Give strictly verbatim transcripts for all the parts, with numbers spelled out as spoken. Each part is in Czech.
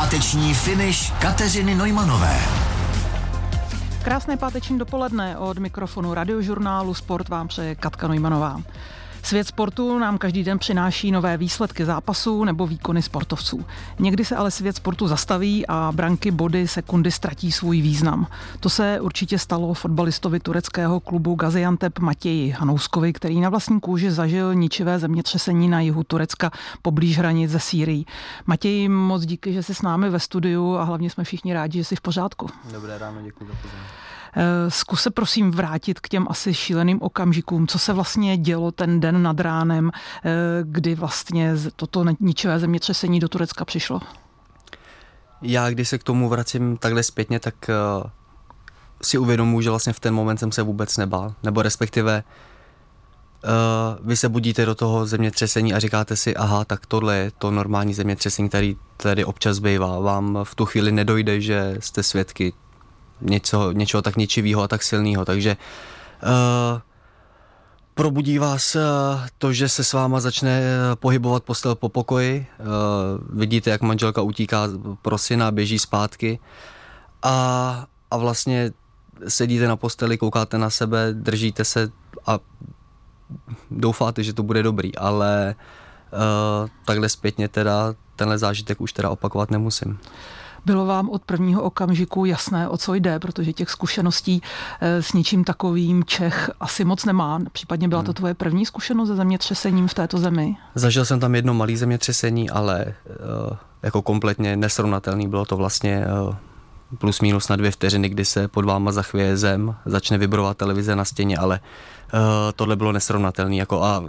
Páteční finish Kateřiny Neumanové. Krásné páteční dopoledne od mikrofonu radiožurnálu Sport vám přeje Katka Neumannová. Svět sportu nám každý den přináší nové výsledky zápasů nebo výkony sportovců. Někdy se ale svět sportu zastaví a branky, body, sekundy ztratí svůj význam. To se určitě stalo fotbalistovi tureckého klubu Gaziantep Matěji Hanouskovi, který na vlastní kůži zažil ničivé zemětřesení na jihu Turecka poblíž hranic se Sýrií. Matěji, moc díky, že jsi s námi ve studiu a hlavně jsme všichni rádi, že jsi v pořádku. Dobré ráno, děkuji za pozornost. Zkus se prosím vrátit k těm asi šíleným okamžikům, co se vlastně dělo ten den nad ránem, kdy vlastně toto ničivé zemětřesení do Turecka přišlo. Já, když se k tomu vracím takhle zpětně, tak uh, si uvědomuji, že vlastně v ten moment jsem se vůbec nebál. Nebo respektive uh, vy se budíte do toho zemětřesení a říkáte si, aha, tak tohle je to normální zemětřesení, který tady občas bývá. Vám v tu chvíli nedojde, že jste svědky Něco, něčeho tak ničivého a tak silného, takže uh, probudí vás uh, to, že se s váma začne uh, pohybovat postel po pokoji, uh, vidíte, jak manželka utíká pro syna, běží zpátky a, a vlastně sedíte na posteli, koukáte na sebe, držíte se a doufáte, že to bude dobrý, ale uh, takhle zpětně teda tenhle zážitek už teda opakovat nemusím. Bylo vám od prvního okamžiku jasné, o co jde, protože těch zkušeností s něčím takovým Čech asi moc nemá. Případně byla to tvoje první zkušenost se zemětřesením v této zemi? Zažil jsem tam jedno malé zemětřesení, ale uh, jako kompletně nesrovnatelný. Bylo to vlastně uh, plus minus na dvě vteřiny, kdy se pod váma zachvěje zem, začne vibrovat televize na stěně, ale uh, tohle bylo nesrovnatelný. Jako a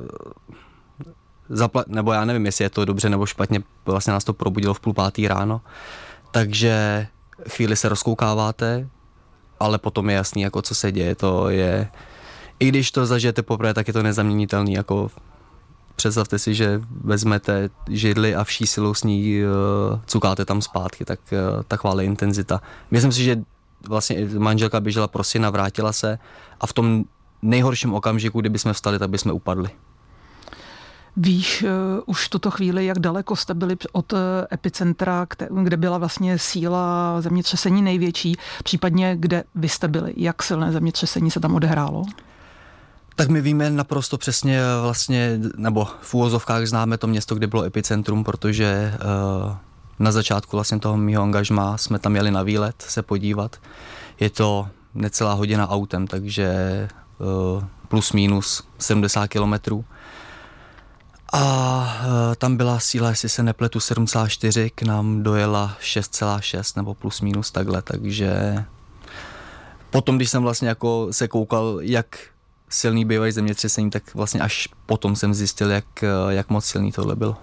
zapla- nebo já nevím, jestli je to dobře nebo špatně, vlastně nás to probudilo v půl pátý ráno. Takže chvíli se rozkoukáváte, ale potom je jasný, jako co se děje. To je, i když to zažijete poprvé, tak je to nezaměnitelný. Jako představte si, že vezmete židli a vší silou s ní uh, cukáte tam zpátky, tak uh, taková intenzita. Myslím si, že vlastně manželka běžela pro syna, vrátila se a v tom nejhorším okamžiku, kdyby jsme vstali, tak bychom upadli. Víš uh, už v tuto chvíli, jak daleko jste byli od uh, epicentra, kde byla vlastně síla zemětřesení největší, případně kde vy jste byli, jak silné zemětřesení se tam odehrálo? Tak my víme naprosto přesně vlastně, nebo v úvozovkách známe to město, kde bylo epicentrum, protože uh, na začátku vlastně toho mýho angažmá jsme tam jeli na výlet se podívat. Je to necelá hodina autem, takže uh, plus minus sedmdesát kilometrů. A e, tam byla síla, jestli se nepletu, sedm celá čtyři, k nám dojela šest celá šest nebo plus minus takhle, takže potom, když jsem vlastně jako se koukal, jak silný bývají zemětřesení, tak vlastně až potom jsem zjistil, jak, jak moc silný tohle bylo.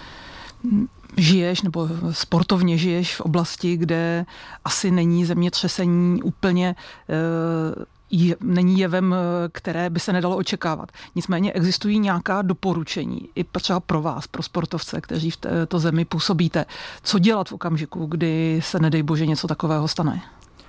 Žiješ nebo sportovně žiješ v oblasti, kde asi není zemětřesení úplně e, Je, není jevem, které by se nedalo očekávat. Nicméně existují nějaká doporučení i třeba pro vás, pro sportovce, kteří v této zemi působíte. Co dělat v okamžiku, kdy se nedej bože něco takového stane?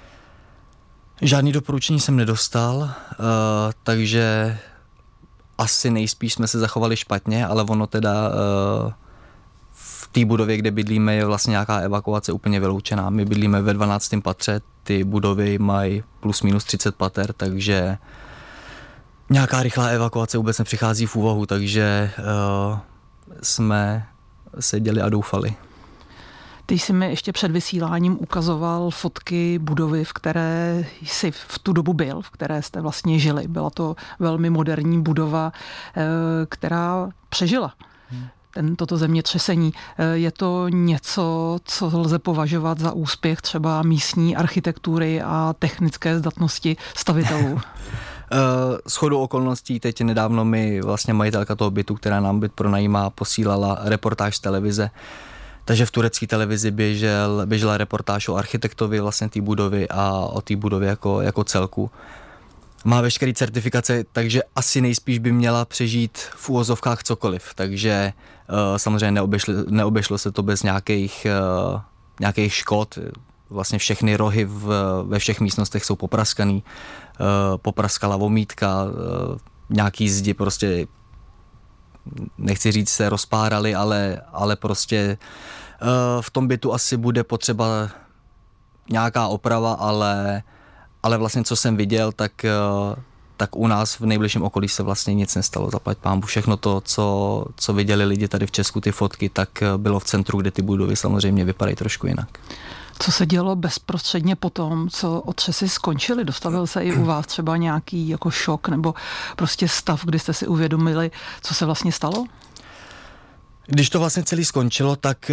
Žádný doporučení jsem nedostal, uh, takže asi nejspíš jsme se zachovali špatně, ale ono teda uh, v té budově, kde bydlíme, je vlastně nějaká evakuace úplně vyloučená. My bydlíme ve dvanáctém patře, ty budovy mají plus minus třicet pater, takže nějaká rychlá evakuace vůbec nepřichází v úvahu, takže uh, jsme seděli a doufali. Ty jsi mi ještě před vysíláním ukazoval fotky budovy, v které jsi v tu dobu byl, v které jste vlastně žili. Byla to velmi moderní budova, která přežila ten, toto zemětřesení. Je to něco, co lze považovat za úspěch třeba místní architektury a technické zdatnosti stavitelů? Uh, shodou okolností teď nedávno mi vlastně majitelka toho bytu, která nám byt pronajímá, posílala reportáž z televize. Takže v turecké televizi běžel, běžela reportáž o architektovi vlastně té budovy a o té budově jako, jako celku. Má veškeré certifikace, takže asi nejspíš by měla přežít v úvozovkách cokoliv. Takže uh, samozřejmě neobešlo, neobešlo se to bez nějakých, uh, nějakých škod. Vlastně všechny rohy v, ve všech místnostech jsou popraskaný. Uh, popraskala vomítka, uh, nějaký zdi prostě, nechci říct se rozpáraly, ale, ale prostě V tom bytu asi bude potřeba nějaká oprava, ale, ale vlastně co jsem viděl, tak, tak u nás v nejbližším okolí se vlastně nic nestalo, zaplať pánbu. Všechno to, co, co viděli lidi tady v Česku, ty fotky, tak bylo v centru, kde ty budovy samozřejmě vypadají trošku jinak. Co se dělo bezprostředně potom, co otřesy skončily? Dostavil se i u vás třeba nějaký jako šok nebo prostě stav, kdy jste si uvědomili, co se vlastně stalo? Když to vlastně celý skončilo, tak,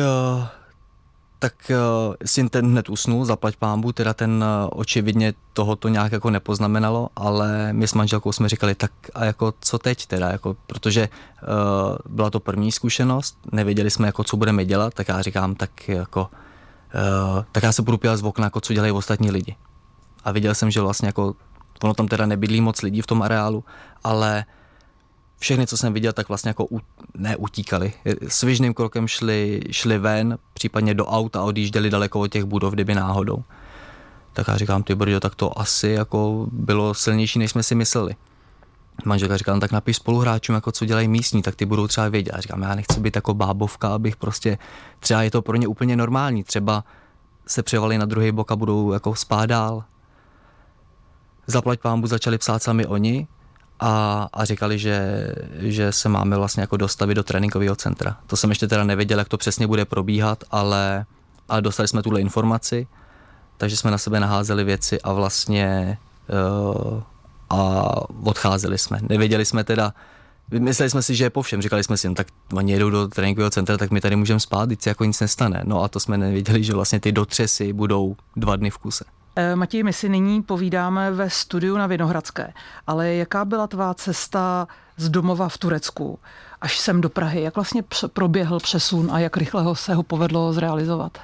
tak syn ten hned usnul, zaplať pánbu, teda ten očividně toho to nějak jako nepoznamenalo, ale my s manželkou jsme říkali, tak a jako co teď teda, jako, protože uh, byla to první zkušenost, nevěděli jsme jako co budeme dělat, tak já říkám, tak jako Uh, tak já se budu pělat z okna, jako co dělají ostatní lidi. A viděl jsem, že vlastně jako, ono tam teda nebydlí moc lidí v tom areálu, ale všechny, co jsem viděl, tak vlastně jako u, neutíkali. Svižným krokem šli, šli ven, případně do auta a odjížděli daleko od těch budov, kdyby náhodou. Tak já říkám, ty brďo, tak to asi jako bylo silnější, než jsme si mysleli. Manželka říkala, no, tak napiš spoluhráčům, jako co dělají místní, tak ty budou třeba vědět. A říkám, já nechci být jako bábovka, abych prostě, třeba je to pro ně úplně normální, třeba se převalí na druhý bok a budou jako spát dál. Zaplať pánbu začali psát sami oni a, a říkali, že, že se máme vlastně jako dostavit do tréninkového centra. To jsem ještě teda nevěděl, jak to přesně bude probíhat, ale, ale dostali jsme tuhle informaci, takže jsme na sebe naházeli věci a vlastně uh, a odcházeli jsme. Nevěděli jsme teda, mysleli jsme si, že je po všem, říkali jsme si, no, tak oni jedou do tréninkového centra, tak my tady můžeme spát, když se jako nic nestane. No a to jsme nevěděli, že vlastně ty dotřesy budou dva dny v kuse. Matěj, my si nyní povídáme ve studiu na Vinohradské, ale jaká byla tvá cesta z domova v Turecku až sem do Prahy? Jak vlastně proběhl přesun a jak rychle ho se ho povedlo zrealizovat?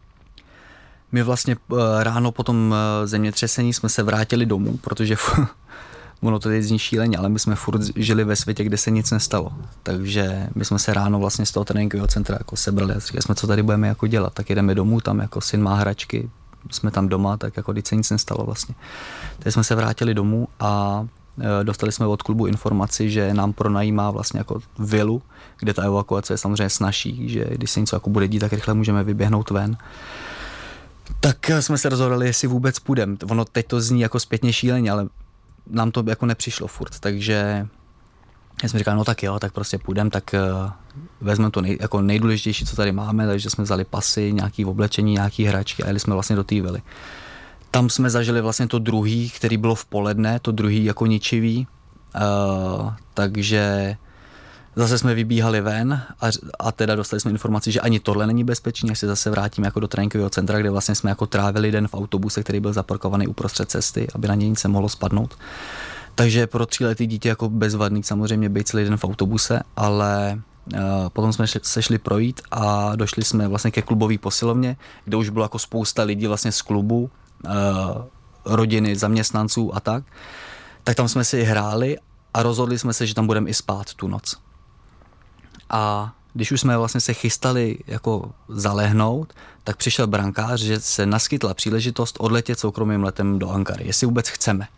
My vlastně ráno po tom zemětřesení jsme se vrátili domů, protože ono to teď zní šíleně, ale my jsme furt žili ve světě, kde se nic nestalo. Takže my jsme se ráno vlastně z toho tréninkového centra jako sebrali a říkali jsme, co tady budeme jako dělat. Tak jedeme domů, tam jako syn má hračky, jsme tam doma, tak jako teď se nic nestalo vlastně. Takže jsme se vrátili domů a dostali jsme od klubu informaci, že nám pronajímá vlastně jako vilu, kde ta evakuace je samozřejmě snazší, že když se něco jako bude dít, tak rychle můžeme vyběhnout ven. Tak jsme se rozhodli, jestli vůbec půjdeme. Ono teď to zní jako zpětně šíleně, ale nám to jako nepřišlo furt, takže já jsem říkal, no tak jo, tak prostě půjdeme, tak uh, vezmeme to nej, jako nejdůležitější, co tady máme, takže jsme vzali pasy, nějaký oblečení, nějaký hračky a jeli jsme vlastně do té vily. Tam jsme zažili vlastně to druhý, který bylo v poledne, to druhý jako ničivý, uh, takže zase jsme vybíhali ven a, a teda dostali jsme informaci, že ani tohle není bezpečné, až se zase vrátíme jako do tréninkového centra, kde vlastně jsme jako trávili den v autobuse, který byl zaparkovaný uprostřed cesty, aby na něj nic nemohlo spadnout. Takže pro tříletý dítě jako bezvadný samozřejmě být celý den v autobuse, ale uh, potom jsme se šli projít a došli jsme vlastně ke klubové posilovně, kde už bylo jako spousta lidí vlastně z klubu, uh, rodiny, zaměstnanců a tak. Tak tam jsme si hráli a rozhodli jsme se, že tam budeme i spát tu noc. A když už jsme vlastně se chystali jako zalehnout, tak přišel brankář, že se naskytla příležitost odletět soukromým letem do Ankary, jestli vůbec chceme.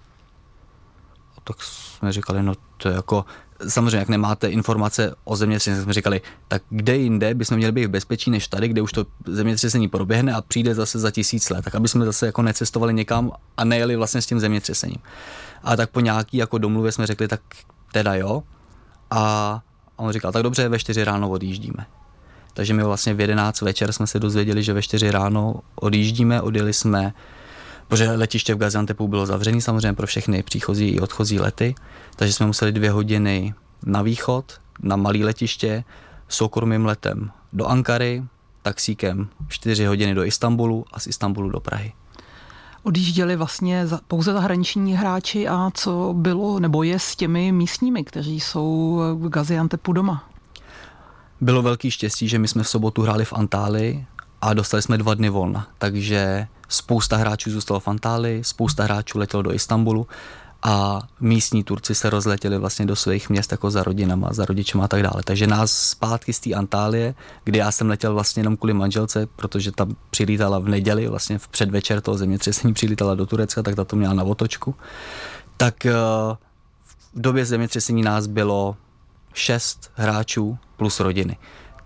A tak jsme říkali, no to je jako, samozřejmě jak nemáte informace o zemětřesení, jsme říkali, tak kde jinde bychom měli být v bezpečí než tady, kde už to zemětřesení proběhne a přijde zase za tisíc let, tak aby jsme zase jako necestovali někam a nejeli vlastně s tím zemětřesením. A tak po nějaký jako domluvě jsme řekli, tak teda jo. A A on říkal, tak dobře, ve čtyři ráno odjíždíme. Takže my vlastně v jedenáct večer jsme se dozvěděli, že ve čtyři ráno odjíždíme, odjeli jsme, protože letiště v Gaziantepu bylo zavřené samozřejmě pro všechny příchozí i odchozí lety, takže jsme museli dvě hodiny na východ, na malé letiště, soukromým letem do Ankary, taxíkem čtyři hodiny do Istanbulu a z Istanbulu do Prahy. Odjížděli vlastně pouze zahraniční hráči a co bylo nebo je s těmi místními, kteří jsou v Gaziantepu doma? Bylo velký štěstí, že my jsme v sobotu hráli v Antálii a dostali jsme dva dny volna, takže spousta hráčů zůstalo v Antálii, spousta hráčů letělo do Istanbulu a místní Turci se rozletěli vlastně do svých měst jako za rodinama, za rodičema a tak dále. Takže nás zpátky z té Antálie, kde já jsem letěl vlastně jenom kvůli manželce, protože tam přilítala v neděli, vlastně v předvečer toho zemětřesení přilítala do Turecka, tak ta to měla na otočku. Tak v době zemětřesení nás bylo šest hráčů plus rodiny.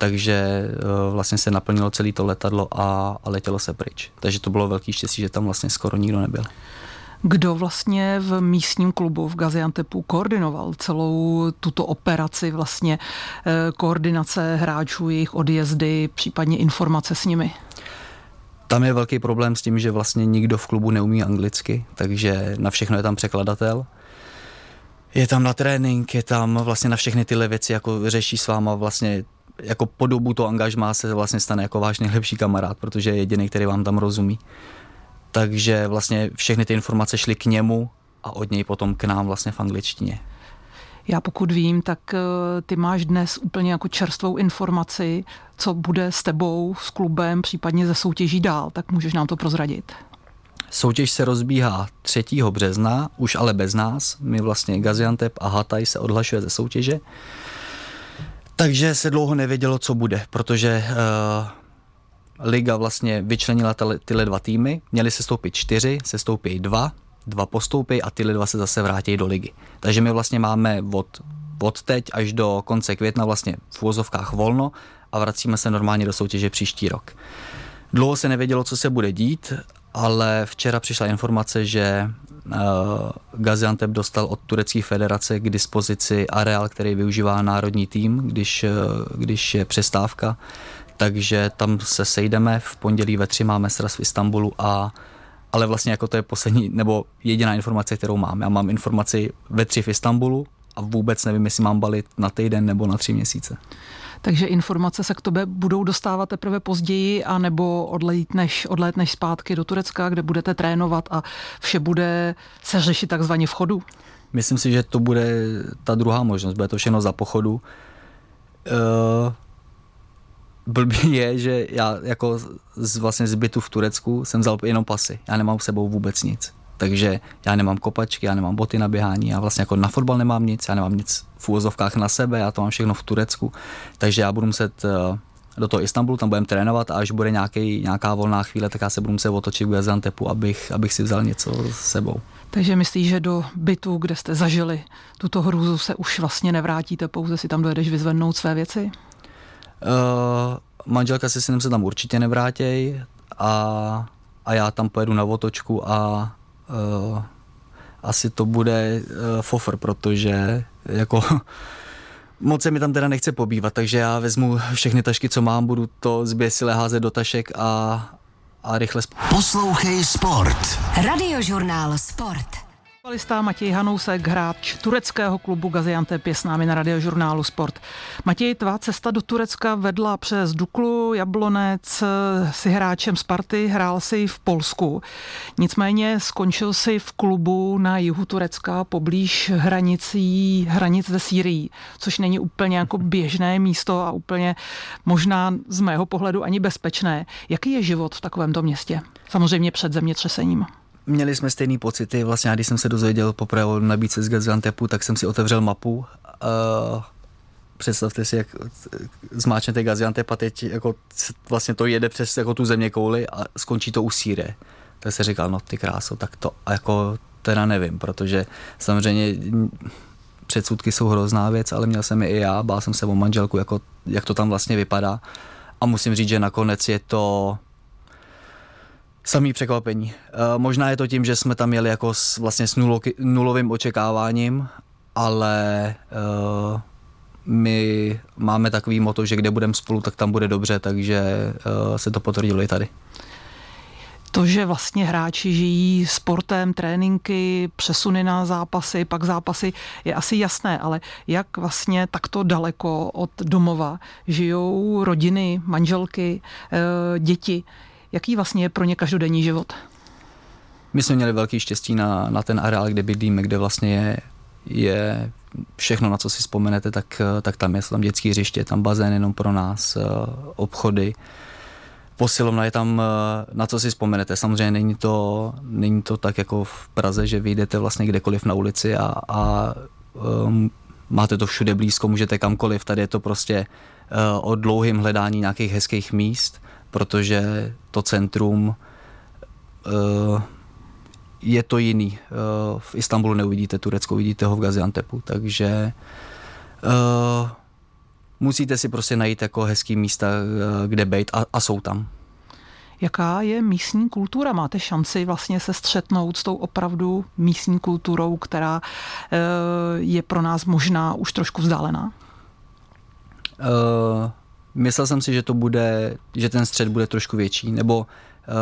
takže uh, vlastně se naplnilo celé to letadlo a, a letělo se pryč. Takže to bylo velký štěstí, že tam vlastně skoro nikdo nebyl. Kdo vlastně v místním klubu v Gaziantepu koordinoval celou tuto operaci, vlastně koordinace hráčů, jejich odjezdy, případně informace s nimi? Tam je velký problém s tím, že vlastně nikdo v klubu neumí anglicky, takže na všechno je tam překladatel. Je tam na trénink, je tam vlastně na všechny tyhle věci, jako řeší s váma vlastně, jako po dobu to angažmá se vlastně stane jako váš nejlepší kamarád, protože je jediný, který vám tam rozumí. Takže vlastně všechny ty informace šly k němu a od něj potom k nám vlastně v angličtině. Já pokud vím, tak ty máš dnes úplně jako čerstvou informaci, co bude s tebou, s klubem, případně ze soutěží dál, tak můžeš nám to prozradit. Soutěž se rozbíhá třetího března, už ale bez nás. My vlastně Gaziantep a Hatay se odhlašuje ze soutěže. Takže se dlouho nevědělo, co bude, protože uh, liga vlastně vyčlenila tyhle dva týmy. Měli se stoupit čtyři, se stoupí dva, dva postoupí a tyhle dva se zase vrátí do ligy. Takže my vlastně máme od, od teď až do konce května vlastně v uvozovkách volno a vracíme se normálně do soutěže příští rok. Dlouho se nevědělo, co se bude dít, ale včera přišla informace, že uh, Gaziantep dostal od turecké federace k dispozici areál, který využívá národní tým, když, uh, když je přestávka. Takže tam se sejdeme, v pondělí ve tři máme sraz v Istanbulu, a, ale vlastně jako to je poslední, nebo jediná informace, kterou mám. Já mám informaci ve tři v Istanbulu a vůbec nevím, jestli mám balit na týden nebo na tři měsíce. Takže informace se k tobě budou dostávat teprve později, anebo odlétneš, odlétneš zpátky do Turecka, kde budete trénovat a vše bude se řešit takzvaně v chodu? Myslím si, že to bude ta druhá možnost, bude to všechno za pochodu. Uh, blbý je, že já jako z, vlastně z bytu v Turecku jsem vzal jenom pasy. Já nemám s sebou vůbec nic. Takže já nemám kopačky, já nemám boty na běhání, já vlastně jako na fotbal nemám nic, já nemám nic v úvozovkách na sebe, já to mám všechno v Turecku. Takže já budu muset do toho Istanbulu, tam budeme trénovat a až bude nějaký, nějaká volná chvíle, tak já se budu muset otočit v Gaziantepu, abych, abych si vzal něco s sebou. Takže myslíš, že do bytu, kde jste zažili tuto hrůzu, se už vlastně nevrátíte, pouze si tam dojedeš vyzvednout své věci? Uh, manželka se synem se tam určitě nevrátěj a, a já tam pojedu na otočku a uh, asi to bude uh, fofr, protože jako moc se mi tam teda nechce pobývat, takže já vezmu všechny tašky, co mám, budu to zběsile házet do tašek a, a rychle spát. Poslouchej Sport. Radiožurnál Sport. Fotbalista Matěj Hanousek, hráč tureckého klubu Gaziantep, je s námi na Radiožurnálu Sport. Matěj, tvá cesta do Turecka vedla přes Duklu, Jablonec, si hráčem Sparty, hrál si v Polsku. Nicméně skončil si v klubu na jihu Turecka, poblíž hranicí, hranic se Sýrií, což není úplně jako běžné místo a úplně možná z mého pohledu ani bezpečné. Jaký je život v takovémto městě? Samozřejmě před zemětřesením. Měli jsme stejný pocity, vlastně já, když jsem se dozvěděl poprvé o nabídce z Gaziantepu, tak jsem si otevřel mapu. Uh, představte si, jak zmáčnete Gaziantep a teď jako vlastně to jede přes jako tu zeměkouli a skončí to u Sýrie. Tak se říkal, no ty kráso, tak to jako teda nevím, protože samozřejmě předsudky jsou hrozná věc, ale měl jsem je i já, bál jsem se o manželku, jako, jak to tam vlastně vypadá. A musím říct, že nakonec je to samý překvapení. E, možná je to tím, že jsme tam jeli jako s, vlastně s nulo, nulovým očekáváním, ale e, my máme takový motto, že kde budeme spolu, tak tam bude dobře, takže e, se to potvrdilo i tady. To, že vlastně hráči žijí sportem, tréninky, přesuny na zápasy, pak zápasy, je asi jasné, ale jak vlastně takto daleko od domova žijou rodiny, manželky, e, děti? Jaký vlastně je pro ně každodenní život? My jsme měli velký štěstí na, na ten areál, kde bydlíme, kde vlastně je, je všechno, na co si vzpomenete, tak, tak tam je. Jsou tam dětské hřiště, tam bazén jenom pro nás, obchody, posilovna je tam, na co si vzpomenete. Samozřejmě není to, není to tak jako v Praze, že vyjdete vlastně kdekoliv na ulici a, a um, máte to všude blízko, můžete kamkoliv. Tady je to prostě uh, o dlouhém hledání nějakých hezkých míst, protože to centrum uh, je to jiný. Uh, v Istanbulu neuvidíte Turecko, vidíte ho v Gaziantepu, takže uh, musíte si prostě najít jako hezký místa, kde bejt a, a jsou tam. Jaká je místní kultura? Máte šanci vlastně se střetnout s tou opravdu místní kulturou, která je pro nás možná už trošku vzdálená? Uh, myslel jsem si, že to bude, že ten střed bude trošku větší, nebo uh,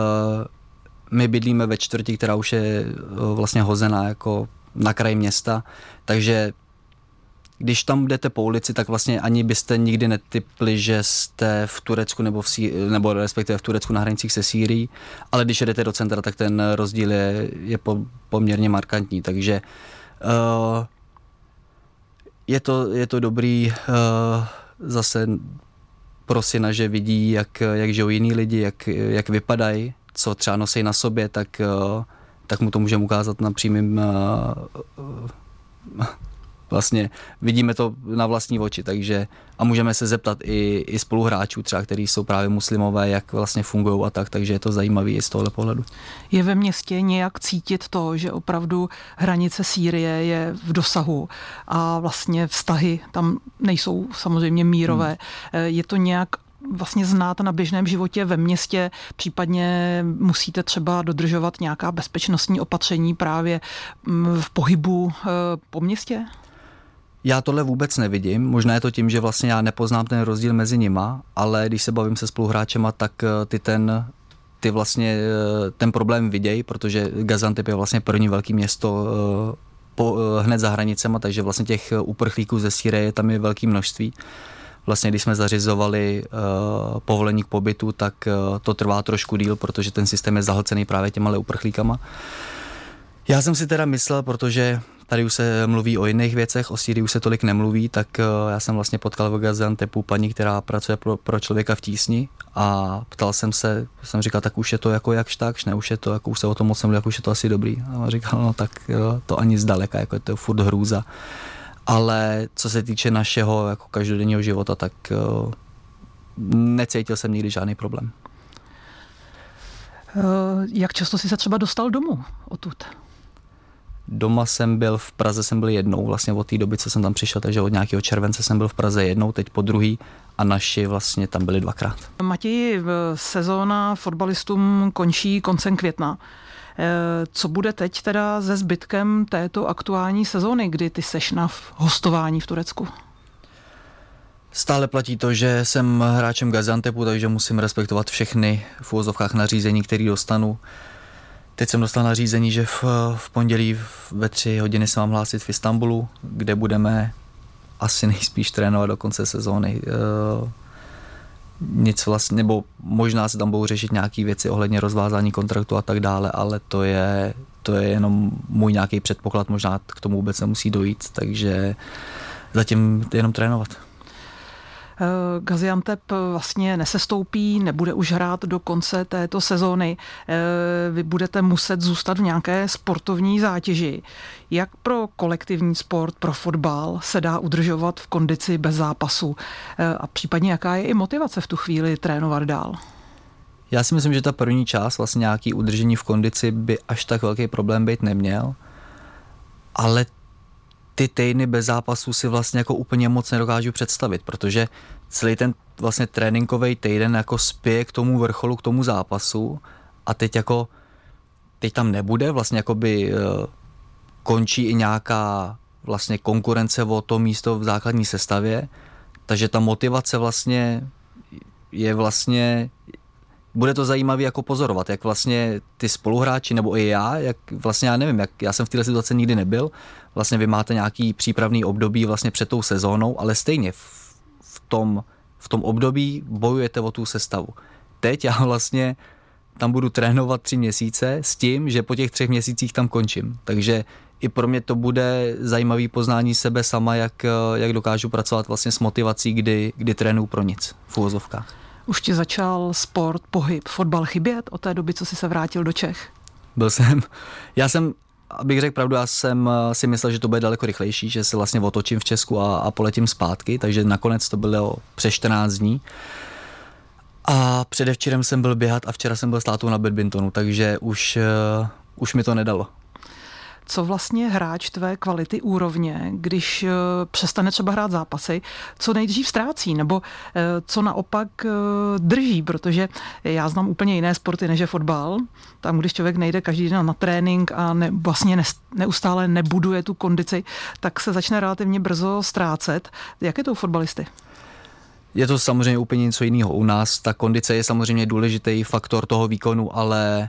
my bydlíme ve čtvrti, která už je uh, vlastně hozená jako na kraji města, takže když tam jdete po ulici, tak vlastně ani byste nikdy netypli, že jste v Turecku nebo, v Sý- nebo respektive v Turecku na hranicích se Sýrií, ale když jdete do centra, tak ten rozdíl je, je po, poměrně markantní, takže uh, je, to, je to dobrý uh, zase pro syna, že vidí, jak, jak žijou jiní lidi, jak, jak vypadají, co třeba nosí na sobě, tak, uh, tak mu to můžeme ukázat na přímým uh, uh, vlastně vidíme to na vlastní oči, takže a můžeme se zeptat i, i spoluhráčů třeba, kteří jsou právě muslimové, jak vlastně fungují a tak, takže je to zajímavé i z tohohle pohledu. Je ve městě nějak cítit to, že opravdu hranice Sýrie je v dosahu a vlastně vztahy tam nejsou samozřejmě mírové. Hmm. Je to nějak vlastně znát na běžném životě ve městě, případně musíte třeba dodržovat nějaká bezpečnostní opatření právě v pohybu po městě? Já tohle vůbec nevidím, možná je to tím, že vlastně já nepoznám ten rozdíl mezi nima, ale když se bavím se spoluhráčema, tak ty ten, ty vlastně ten problém vidějí, protože Gaziantep je vlastně první velké město po, hned za hranicema, takže vlastně těch uprchlíků ze Sýrie tam je velké množství. Vlastně když jsme zařizovali uh, povolení k pobytu, tak uh, to trvá trošku díl, protože ten systém je zahlcený právě těma uprchlíkama. Já jsem si teda myslel, protože tady už se mluví o jiných věcech, o Sýrii už se tolik nemluví, tak uh, já jsem vlastně potkal v Gaziantepu paní, která pracuje pro, pro člověka v tísni a ptal jsem se, jsem říkal, tak už je to jako jakž takž, ne, už je to, jako už se o tom moc nemluví, jak už je to asi dobrý. A on říkal, no tak jo, to ani zdaleka, jako je to furt hrůza. Ale co se týče našeho jako každodenního života, tak uh, necítil jsem nikdy žádný problém. Uh, jak často jsi se třeba dostal domů odtud? Doma jsem byl, v Praze jsem byl jednou, vlastně od té doby, co jsem tam přišel, takže od nějakého července jsem byl v Praze jednou, teď po druhý a naši vlastně tam byli dvakrát. Matěji, sezóna fotbalistům končí koncem května. Co bude teď teda se zbytkem této aktuální sezóny, kdy ty seš na hostování v Turecku? Stále platí to, že jsem hráčem Gaziantepu, takže musím respektovat všechny v uvozovkách nařízení, které dostanu. Teď jsem dostal nařízení, že v, v pondělí ve tři hodiny se mám hlásit v Istanbulu, kde budeme asi nejspíš trénovat do konce sezóny. Nic vlastně, nebo možná se tam budou řešit nějaké věci ohledně rozvázání kontraktu a tak dále, ale to je, to je jenom můj nějaký předpoklad, možná k tomu vůbec nemusí dojít, takže zatím jenom trénovat. Gaziantep vlastně nesestoupí, nebude už hrát do konce této sezóny. Vy budete muset zůstat v nějaké sportovní zátěži. Jak pro kolektivní sport, pro fotbal se dá udržovat v kondici bez zápasu? A případně jaká je i motivace v tu chvíli trénovat dál? Já si myslím, že ta první část, vlastně nějaký udržení v kondici by až tak velký problém být neměl, ale ty týdny bez zápasů si vlastně jako úplně moc nedokážu představit, protože celý ten vlastně tréninkový týden jako spěje k tomu vrcholu, k tomu zápasu a teď jako teď tam nebude, vlastně jakoby končí i nějaká vlastně konkurence o to místo v základní sestavě, takže ta motivace vlastně je vlastně, bude to zajímavé jako pozorovat, jak vlastně ty spoluhráči, nebo i já, jak vlastně já nevím, jak já jsem v této situaci nikdy nebyl, vlastně vy máte nějaký přípravný období vlastně před tou sezónou, ale stejně v, v, tom, v tom období bojujete o tu sestavu. Teď já vlastně tam budu trénovat tři měsíce s tím, že po těch třech měsících tam končím, takže i pro mě to bude zajímavý poznání sebe sama, jak, jak dokážu pracovat vlastně s motivací, kdy, kdy trénuju pro nic v uvozovkách. Už ti začal sport, pohyb, fotbal chybět od té doby, co jsi se vrátil do Čech? Byl jsem. Já jsem, abych řekl pravdu, já jsem si myslel, že to bude daleko rychlejší, že se vlastně otočím v Česku a, a poletím zpátky, takže nakonec to bylo přes čtrnáct dní. A předevčírem jsem byl běhat a včera jsem byl s tátou na badmintonu, takže už, uh, už mi to nedalo. co vlastně hráč tvé kvality úrovně, když přestane třeba hrát zápasy, co nejdřív ztrácí, nebo co naopak drží, protože já znám úplně jiné sporty, než je fotbal. Tam, když člověk nejde každý den na trénink a ne, vlastně ne, neustále nebuduje tu kondici, tak se začne relativně brzo ztrácet. Jak je to u fotbalisty? Je to samozřejmě úplně něco jiného. U nás ta kondice je samozřejmě důležitý faktor toho výkonu, ale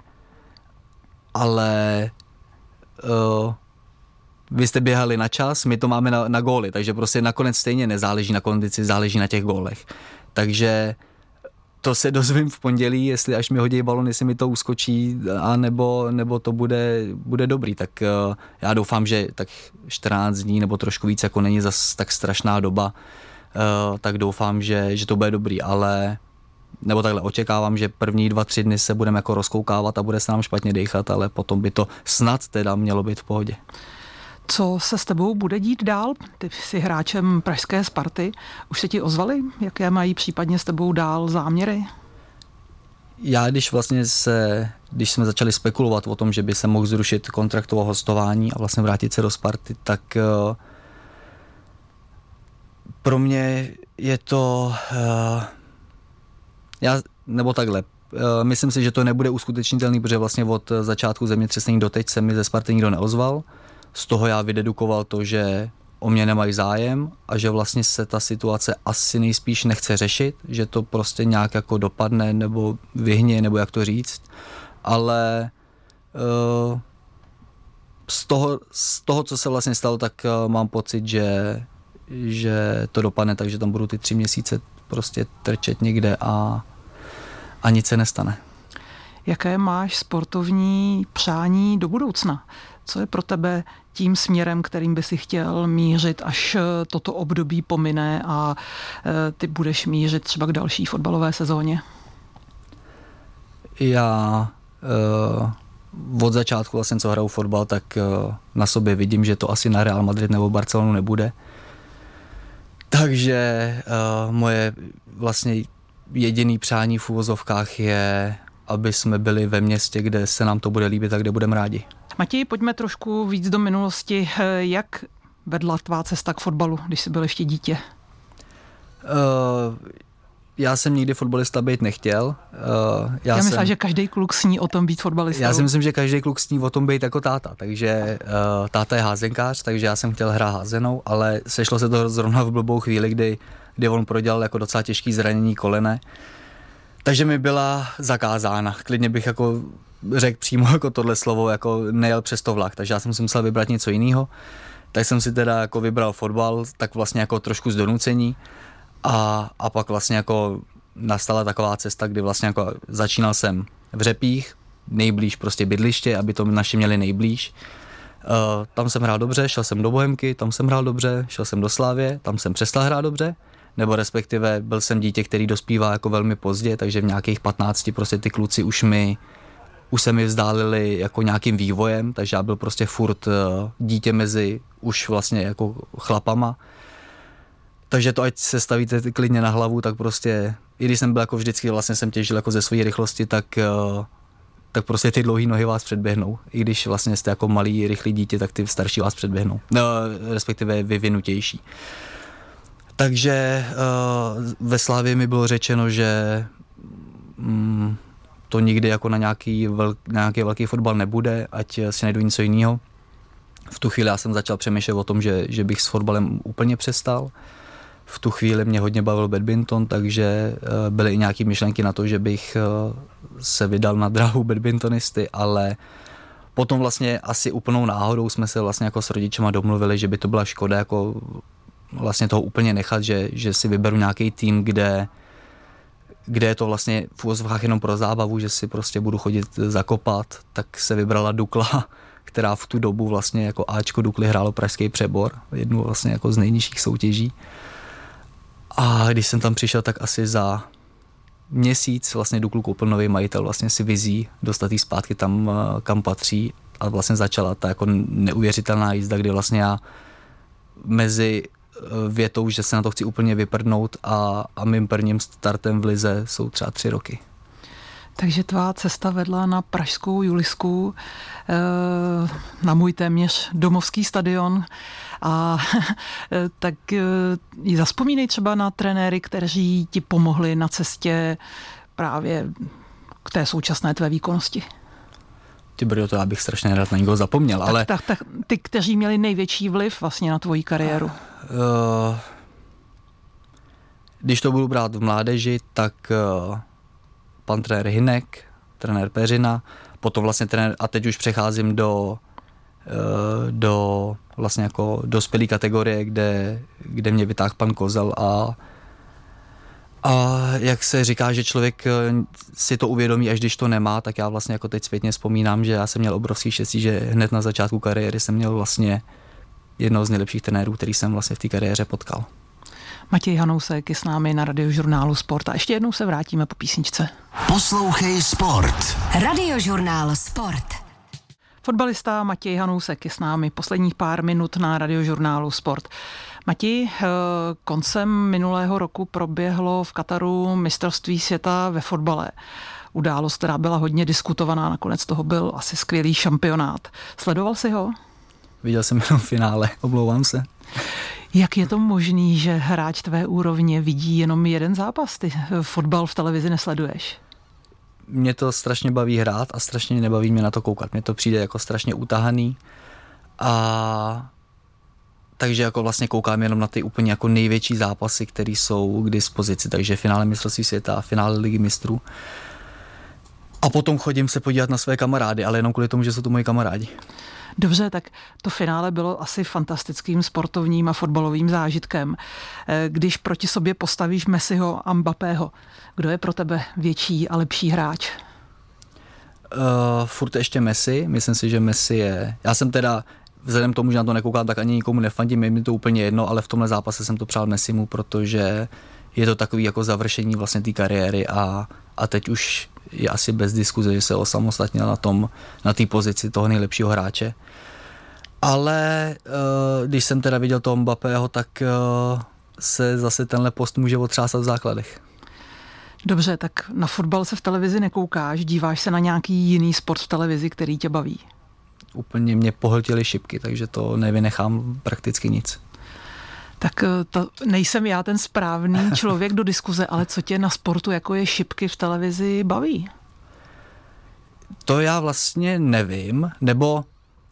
ale uh, vy jste běhali na čas, my to máme na, na góly, takže prostě nakonec stejně nezáleží na kondici, záleží na těch gólech. Takže to se dozvím v pondělí, jestli až mi hodí balon, jestli mi to uskočí, a nebo, nebo to bude, bude dobrý. Tak uh, já doufám, že tak čtrnáct dní nebo trošku víc, jako není zas tak strašná doba, uh, tak doufám, že, že to bude dobrý, ale nebo takhle očekávám, že první dva, tři dny se budeme jako rozkoukávat a bude se nám špatně dýchat, ale potom by to snad teda mělo být v pohodě. Co se s tebou bude dít dál? Ty jsi hráčem pražské Sparty. Už se ti ozvali? Jaké mají případně s tebou dál záměry? Já když vlastně se, když jsme začali spekulovat o tom, že by se mohl zrušit kontraktového hostování a vlastně vrátit se do Sparty, tak uh, pro mě je to uh, já, nebo takhle, uh, myslím si, že to nebude uskutečnitelný, protože vlastně od začátku zemětřesení doteď se mi ze Sparty nikdo neozval. Z toho já vydedukoval to, že o mě nemají zájem a že vlastně se ta situace asi nejspíš nechce řešit, že to prostě nějak jako dopadne nebo vyhně, nebo jak to říct. Ale uh, z toho, z toho, co se vlastně stalo, tak uh, mám pocit, že, že to dopadne, takže tam budu ty tři měsíce prostě trčet někde a, a nic se nestane. Jaké máš sportovní přání do budoucna? Co je pro tebe tím směrem, kterým by si chtěl mířit, až toto období pomine a ty budeš mířit třeba k další fotbalové sezóně? Já uh, od začátku vlastně, co hraju fotbal, tak uh, na sobě vidím, že to asi na Real Madrid nebo Barcelonu nebude. Takže uh, moje vlastně jediný přání v uvozovkách je, aby jsme byli ve městě, kde se nám to bude líbit a kde budeme rádi. Matěj, pojďme trošku víc do minulosti. Jak vedla tvá cesta k fotbalu, když jsi byl ještě dítě? Uh, já jsem nikdy fotbalista být nechtěl. Uh, já já myslím, jsem, že každý kluk sní o tom být fotbalistou. Já si myslím, že každý kluk sní o tom být jako táta. Takže uh, táta je házenkář, takže já jsem chtěl hrát házenou, ale sešlo se to zrovna v blbou chvíli, kdy, kdy on prodělal jako docela těžký zranění kolene. Takže mi byla zakázána. Klidně bych jako řekl přímo jako tohle slovo, jako nejel přes to vlak, takže já jsem si musel vybrat něco jiného. Tak jsem si teda jako vybral fotbal, tak vlastně jako trošku z donucení a, a pak vlastně jako nastala taková cesta, kdy vlastně jako začínal jsem v Řepích, nejblíž prostě bydliště, aby to naši měli nejblíž. Uh, tam jsem hrál dobře, šel jsem do Bohemky, tam jsem hrál dobře, šel jsem do Slávie, tam jsem přestal hrát dobře, nebo respektive byl jsem dítě, který dospívá jako velmi pozdě, takže v nějakých patnácti prostě ty kluci už mi už se mi vzdálili jako nějakým vývojem, takže já byl prostě furt dítě mezi už vlastně jako chlapama. Takže to, ať se stavíte klidně na hlavu, tak prostě, i když jsem byl jako vždycky, vlastně jsem těžil jako ze své rychlosti, tak, tak prostě ty dlouhé nohy vás předběhnou. I když vlastně jste jako malý, rychlý dítě, tak ty starší vás předběhnou. No, respektive vyvinutější. Takže ve Slávii mi bylo řečeno, že mm, to nikdy jako na nějaký, vel, nějaký velký fotbal nebude, ať si najdu něco jiného. V tu chvíli já jsem začal přemýšlet o tom, že, že bych s fotbalem úplně přestal. V tu chvíli mě hodně bavil badminton, takže byly i nějaké myšlenky na to, že bych se vydal na dráhu badmintonisty, ale potom vlastně asi úplnou náhodou jsme se vlastně jako s rodičema domluvili, že by to byla škoda jako vlastně toho úplně nechat, že, že si vyberu nějaký tým, kde kde je to vlastně v uvozovkách jenom pro zábavu, že si prostě budu chodit zakopat, tak se vybrala Dukla, která v tu dobu vlastně jako Ačko Dukly hrálo Pražský Přebor, jednu vlastně jako z nejnižších soutěží. A když jsem tam přišel, tak asi za měsíc vlastně Duklu koupil nový majitel, vlastně si vizí dostat jí zpátky tam, kam patří, a vlastně začala ta jako neuvěřitelná jízda, kdy vlastně já mezi větou, že se na to chci úplně vyprdnout a, a mým prvním startem v lize jsou třeba tři roky. Takže tvá cesta vedla na pražskou Julisku, na můj téměř domovský stadion. A tak zazpomínej třeba na trenéry, kteří ti pomohli na cestě právě k té současné tvé výkonnosti. Ty brdo, to já bych strašně nerad na někoho zapomněl, tak, ale... Tak, tak ty, kteří měli největší vliv vlastně na tvoji kariéru. Uh, když to budu brát v mládeži, tak uh, pan trenér Hynek, trenér Peřina, potom vlastně trenér, a teď už přecházím do, uh, do vlastně jako dospělý kategorie, kde, kde mě vytáhl pan Kozel a A jak se říká, že člověk si to uvědomí, až když to nemá, tak já vlastně jako teď zpětně vzpomínám, že já jsem měl obrovský štěstí, že hned na začátku kariéry jsem měl vlastně jednoho z nejlepších trenérů, který jsem vlastně v té kariéře potkal. Matěj Hanousek je s námi na Radiožurnálu Sport a ještě jednou se vrátíme po písničce. Poslouchej Sport. Radiožurnál Sport. Fotbalista Matěj Hanousek je s námi posledních pár minut na Radiožurnálu Sport. Matěj, koncem minulého roku proběhlo v Kataru mistrovství světa ve fotbale. Událost, která byla hodně diskutovaná, nakonec toho byl asi skvělý šampionát. Sledoval jsi ho? Viděl jsem jenom finále, omlouvám se. Jak je to možný, že hráč tvé úrovně vidí jenom jeden zápas? Ty fotbal v televizi nesleduješ? Mě to strašně baví hrát a strašně nebaví mě na to koukat. Mně to přijde jako strašně utahaný a takže jako vlastně koukám jenom na ty úplně jako největší zápasy, které jsou k dispozici, takže finále mistrovství světa, finále ligy mistrů. A potom chodím se podívat na své kamarády, ale jenom kvůli tomu, že jsou to moji kamarádi. Dobře, tak to finále bylo asi fantastickým sportovním a fotbalovým zážitkem. Když proti sobě postavíš Messiho a Mbappého, kdo je pro tebe větší a lepší hráč? Uh, furt ještě Messi, myslím si, že Messi je... Já jsem teda, vzhledem k tomu, že na to nekoukám, tak ani nikomu nefandím, je mi to úplně jedno, ale v tomhle zápase jsem to přál Messimu, protože je to takový jako završení vlastně té kariéry a, a teď už je asi bez diskuze, že se osamostatnil na tom, na té pozici toho nejlepšího hráče. Ale uh, když jsem teda viděl toho Mbappého, tak uh, se zase tenhle post může otřásat v základech. Dobře, tak na fotbal se v televizi nekoukáš, díváš se na nějaký jiný sport v televizi, který tě baví? Úplně mě pohltily šipky, takže to nevynechám prakticky nic. Tak to nejsem já ten správný člověk do diskuze, ale co tě na sportu, jako je šipky v televizi, baví? To já vlastně nevím, nebo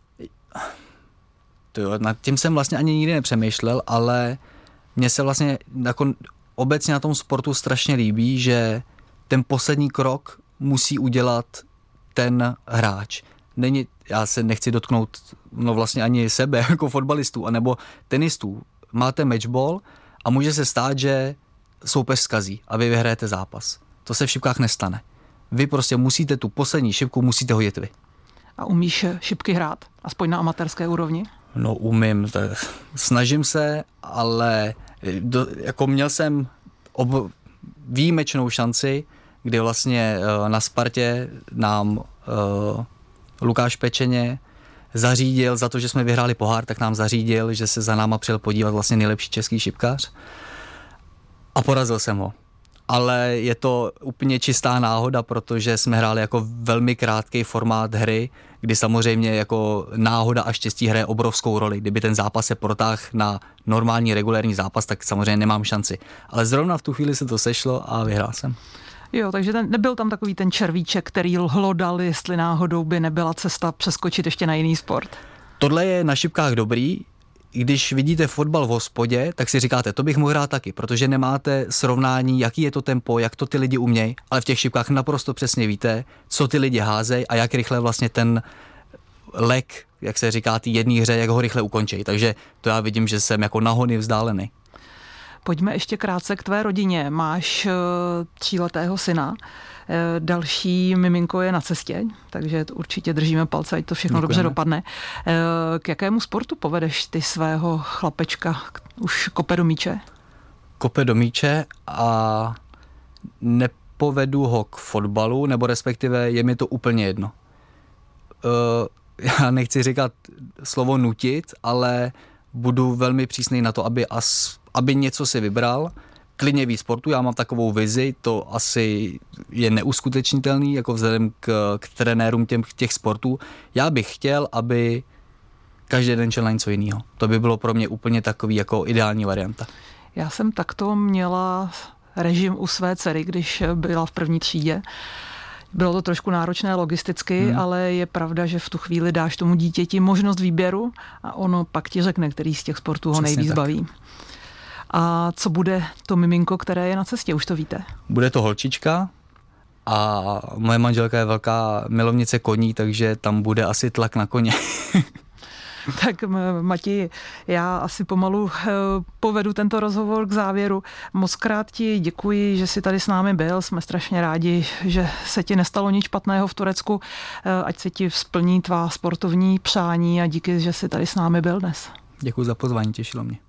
to jo, nad tím jsem vlastně ani nikdy nepřemýšlel, ale mně se vlastně jako obecně na tom sportu strašně líbí, že ten poslední krok musí udělat ten hráč. Není, já se nechci dotknout no vlastně ani sebe jako fotbalistů, anebo tenistů. Máte matchball a může se stát, že soupeř zkazí a vy vyhrajete zápas. To se v šipkách nestane. Vy prostě musíte tu poslední šipku, musíte hodit vy. A umíš šipky hrát? Aspoň na amatérské úrovni? No umím, snažím se, ale do, jako měl jsem ob, výjimečnou šanci, kdy vlastně uh, na Spartě nám uh, Lukáš Pečeně zařídil, za to, že jsme vyhráli pohár, tak nám zařídil, že se za náma přijel podívat vlastně nejlepší český šipkař a porazil jsem ho. Ale je to úplně čistá náhoda, protože jsme hráli jako velmi krátký formát hry, kdy samozřejmě jako náhoda a štěstí hraje obrovskou roli. Kdyby ten zápas se protáhl na normální regulérní zápas, tak samozřejmě nemám šanci. Ale zrovna v tu chvíli se to sešlo a vyhrál jsem. Jo, takže ten, nebyl tam takový ten červíček, který hlodal, jestli náhodou by nebyla cesta přeskočit ještě na jiný sport. Tohle je na šipkách dobrý. Když vidíte fotbal v hospodě, tak si říkáte, to bych mohl hrát taky, protože nemáte srovnání, jaký je to tempo, jak to ty lidi umějí, ale v těch šipkách naprosto přesně víte, co ty lidi házejí a jak rychle vlastně ten lek, jak se říká, té jedné hře, jak ho rychle ukončí. Takže to já vidím, že jsem jako nahony vzdálený. Pojďme ještě krátce k tvé rodině. Máš tříletého syna, další miminko je na cestě, takže určitě držíme palce, ať to všechno Děkujeme. Dobře dopadne. K jakému sportu povedeš ty svého chlapečka? Už kope do míče? Kope do míče a nepovedu ho k fotbalu, nebo respektive je mi to úplně jedno. Já nechci říkat slovo nutit, ale budu velmi přísný na to, aby, as, aby něco si vybral. klidně víc sportu, já mám takovou vizi, to asi je neuskutečnitelný, jako vzhledem k, k trenérům těch, těch sportů. Já bych chtěl, aby každý den šel na něco jiného. To by bylo pro mě úplně takový jako ideální varianta. Já jsem takto měla režim u své dcery, když byla v první třídě. Bylo to trošku náročné logisticky, hmm. ale je pravda, že v tu chvíli dáš tomu dítěti možnost výběru a ono pak ti řekne, který z těch sportů ho Přesně nejvíc tak. baví. A co bude to miminko, které je na cestě, už to víte? Bude to holčička a moje manželka je velká milovnice koní, takže tam bude asi tlak na koně. Tak Mati, já asi pomalu povedu tento rozhovor k závěru. Moc krát ti děkuji, že jsi tady s námi byl. Jsme strašně rádi, že se ti nestalo nic špatného v Turecku. Ať se ti splní tvá sportovní přání a díky, že jsi tady s námi byl dnes. Děkuji za pozvání, těšilo mě.